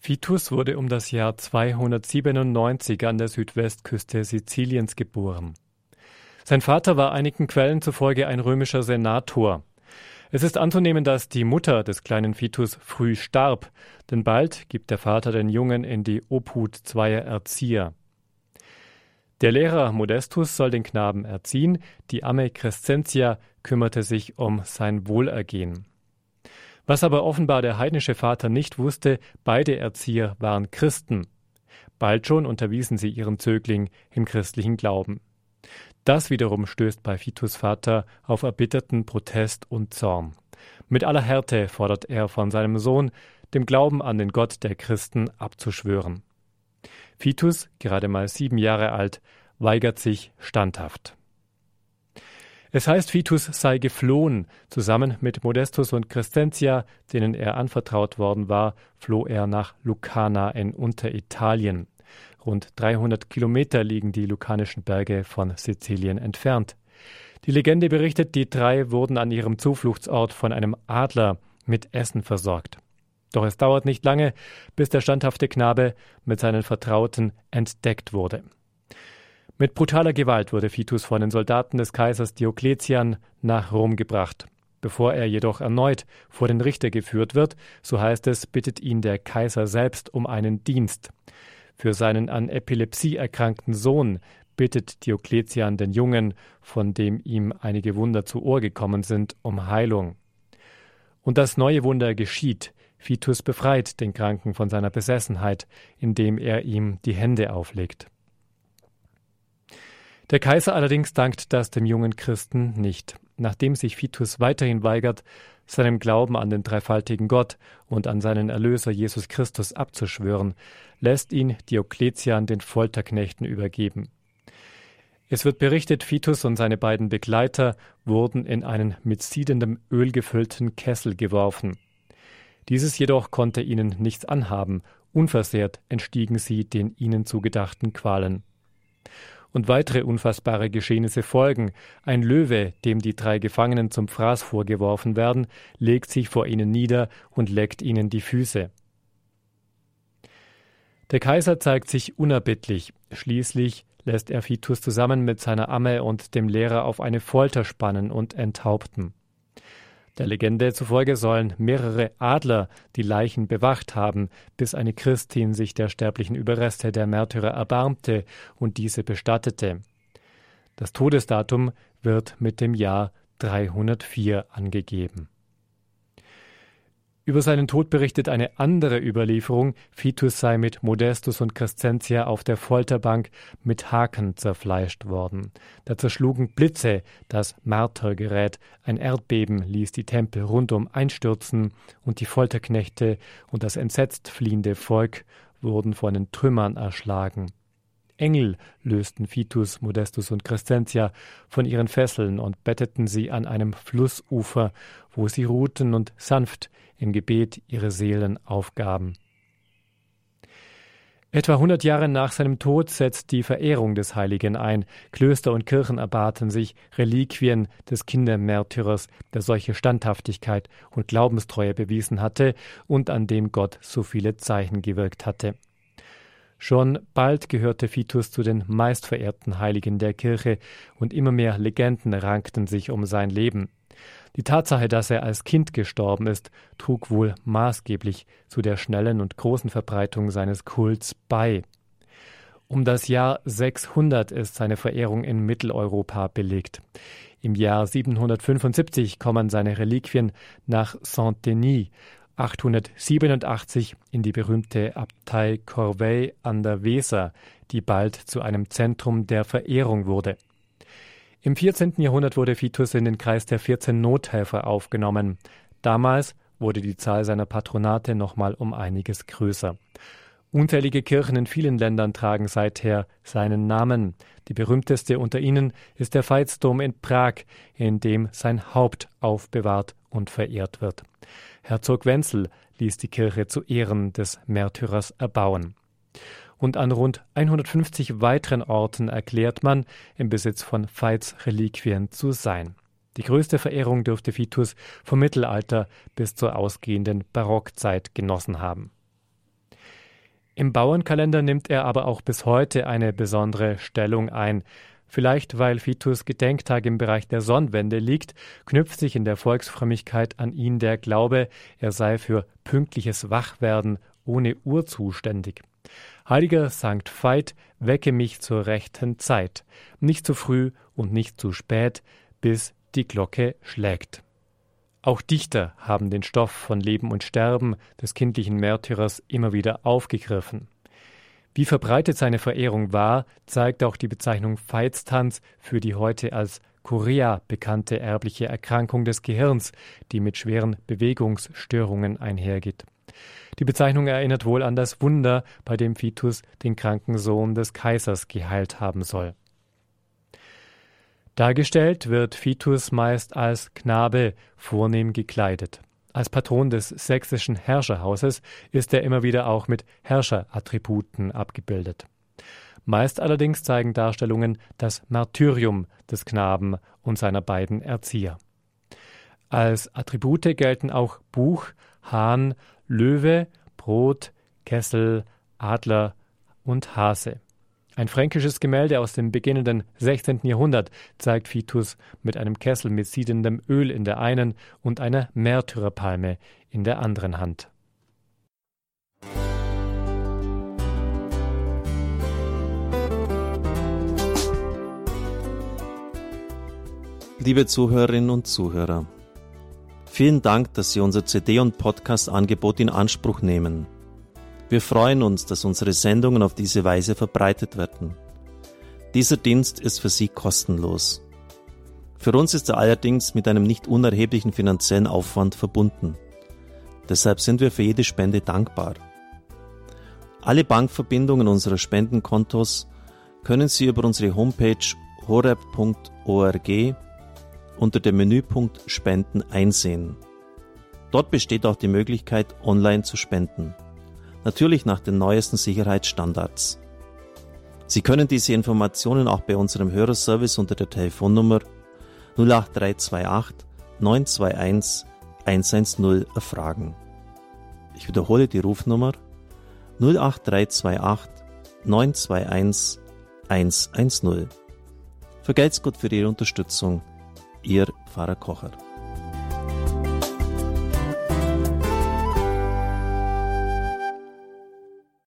Vitus wurde um das Jahr 297 an der Südwestküste Siziliens geboren. Sein Vater war einigen Quellen zufolge ein römischer Senator. Es ist anzunehmen, dass die Mutter des kleinen Vitus früh starb, denn bald gibt der Vater den Jungen in die Obhut zweier Erzieher. Der Lehrer Modestus soll den Knaben erziehen, die Amme Crescentia kümmerte sich um sein Wohlergehen. Was aber offenbar der heidnische Vater nicht wusste, beide Erzieher waren Christen. Bald schon unterwiesen sie ihren Zögling im christlichen Glauben. Das wiederum stößt bei Vitus' Vater auf erbitterten Protest und Zorn. Mit aller Härte fordert er von seinem Sohn, dem Glauben an den Gott der Christen abzuschwören. Vitus, gerade mal 7 Jahre alt, weigert sich standhaft. Es heißt, Vitus sei geflohen. Zusammen mit Modestus und Crescentia, denen er anvertraut worden war, floh er nach Lucana in Unteritalien. Rund 300 Kilometer liegen die Lucanischen Berge von Sizilien entfernt. Die Legende berichtet, die 3 wurden an ihrem Zufluchtsort von einem Adler mit Essen versorgt. Doch es dauert nicht lange, bis der standhafte Knabe mit seinen Vertrauten entdeckt wurde. Mit brutaler Gewalt wurde Vitus von den Soldaten des Kaisers Diokletian nach Rom gebracht. Bevor er jedoch erneut vor den Richter geführt wird, so heißt es, bittet ihn der Kaiser selbst um einen Dienst. Für seinen an Epilepsie erkrankten Sohn bittet Diokletian den Jungen, von dem ihm einige Wunder zu Ohr gekommen sind, um Heilung. Und das neue Wunder geschieht. Vitus befreit den Kranken von seiner Besessenheit, indem er ihm die Hände auflegt. Der Kaiser allerdings dankt das dem jungen Christen nicht. Nachdem sich Vitus weiterhin weigert, seinem Glauben an den dreifaltigen Gott und an seinen Erlöser Jesus Christus abzuschwören, lässt ihn Diokletian den Folterknechten übergeben. Es wird berichtet, Vitus und seine beiden Begleiter wurden in einen mit siedendem Öl gefüllten Kessel geworfen. Dieses jedoch konnte ihnen nichts anhaben, unversehrt entstiegen sie den ihnen zugedachten Qualen. Und weitere unfassbare Geschehnisse folgen. Ein Löwe, dem die 3 Gefangenen zum Fraß vorgeworfen werden, legt sich vor ihnen nieder und leckt ihnen die Füße. Der Kaiser zeigt sich unerbittlich. Schließlich lässt er Vitus zusammen mit seiner Amme und dem Lehrer auf eine Folter spannen und enthaupten. Der Legende zufolge sollen mehrere Adler die Leichen bewacht haben, bis eine Christin sich der sterblichen Überreste der Märtyrer erbarmte und diese bestattete. Das Todesdatum wird mit dem Jahr 304 angegeben. Über seinen Tod berichtet eine andere Überlieferung, Vitus sei mit Modestus und Crescentia auf der Folterbank mit Haken zerfleischt worden. Da zerschlugen Blitze das Martergerät, ein Erdbeben ließ die Tempel rundum einstürzen und die Folterknechte und das entsetzt fliehende Volk wurden von den Trümmern erschlagen. Engel lösten Vitus, Modestus und Crescentia von ihren Fesseln und betteten sie an einem Flussufer, wo sie ruhten und sanft im Gebet ihre Seelen aufgaben. Etwa 100 Jahre nach seinem Tod setzt die Verehrung des Heiligen ein. Klöster und Kirchen erbaten sich Reliquien des Kindermärtyrers, der solche Standhaftigkeit und Glaubenstreue bewiesen hatte und an dem Gott so viele Zeichen gewirkt hatte. Schon bald gehörte Vitus zu den meistverehrten Heiligen der Kirche und immer mehr Legenden rankten sich um sein Leben. Die Tatsache, dass er als Kind gestorben ist, trug wohl maßgeblich zu der schnellen und großen Verbreitung seines Kults bei. Um das Jahr 600 ist seine Verehrung in Mitteleuropa belegt. Im Jahr 775 kommen seine Reliquien nach Saint-Denis, 887 in die berühmte Abtei Corvey an der Weser, die bald zu einem Zentrum der Verehrung wurde. Im 14. Jahrhundert wurde Vitus in den Kreis der 14 Nothelfer aufgenommen. Damals wurde die Zahl seiner Patronate nochmal um einiges größer. Unzählige Kirchen in vielen Ländern tragen seither seinen Namen. Die berühmteste unter ihnen ist der Veitsdom in Prag, in dem sein Haupt aufbewahrt und verehrt wird. Herzog Wenzel ließ die Kirche zu Ehren des Märtyrers erbauen. Und an rund 150 weiteren Orten erklärt man, im Besitz von Veits Reliquien zu sein. Die größte Verehrung dürfte Vitus vom Mittelalter bis zur ausgehenden Barockzeit genossen haben. Im Bauernkalender nimmt er aber auch bis heute eine besondere Stellung ein. Vielleicht weil Vitus Gedenktag im Bereich der Sonnwende liegt, knüpft sich in der Volksfrömmigkeit an ihn der Glaube, er sei für pünktliches Wachwerden ohne Uhr zuständig. Heiliger Sankt Veit, wecke mich zur rechten Zeit, nicht zu früh und nicht zu spät, bis die Glocke schlägt. Auch Dichter haben den Stoff von Leben und Sterben des kindlichen Märtyrers immer wieder aufgegriffen. Wie verbreitet seine Verehrung war, zeigt auch die Bezeichnung Veitstanz für die heute als Chorea bekannte erbliche Erkrankung des Gehirns, die mit schweren Bewegungsstörungen einhergeht. Die Bezeichnung erinnert wohl an das Wunder, bei dem Vitus den kranken Sohn des Kaisers geheilt haben soll. Dargestellt wird Vitus meist als Knabe, vornehm gekleidet. Als Patron des sächsischen Herrscherhauses ist er immer wieder auch mit Herrscherattributen abgebildet. Meist allerdings zeigen Darstellungen das Martyrium des Knaben und seiner beiden Erzieher. Als Attribute gelten auch Buch, Hahn, Löwe, Brot, Kessel, Adler und Hase. Ein fränkisches Gemälde aus dem beginnenden 16. Jahrhundert zeigt Vitus mit einem Kessel mit siedendem Öl in der einen und einer Märtyrerpalme in der anderen Hand. Liebe Zuhörerinnen und Zuhörer, vielen Dank, dass Sie unser CD- und Podcast-Angebot in Anspruch nehmen. Wir freuen uns, dass unsere Sendungen auf diese Weise verbreitet werden. Dieser Dienst ist für Sie kostenlos. Für uns ist er allerdings mit einem nicht unerheblichen finanziellen Aufwand verbunden. Deshalb sind wir für jede Spende dankbar. Alle Bankverbindungen unserer Spendenkontos können Sie über unsere Homepage horeb.org unter dem Menüpunkt Spenden einsehen. Dort besteht auch die Möglichkeit, online zu spenden. Natürlich nach den neuesten Sicherheitsstandards. Sie können diese Informationen auch bei unserem Hörerservice unter der Telefonnummer 08328 921 110 erfragen. Ich wiederhole die Rufnummer 08328 921 110. Vergelt's Gott für Ihre Unterstützung. Ihr Pfarrer Kocher.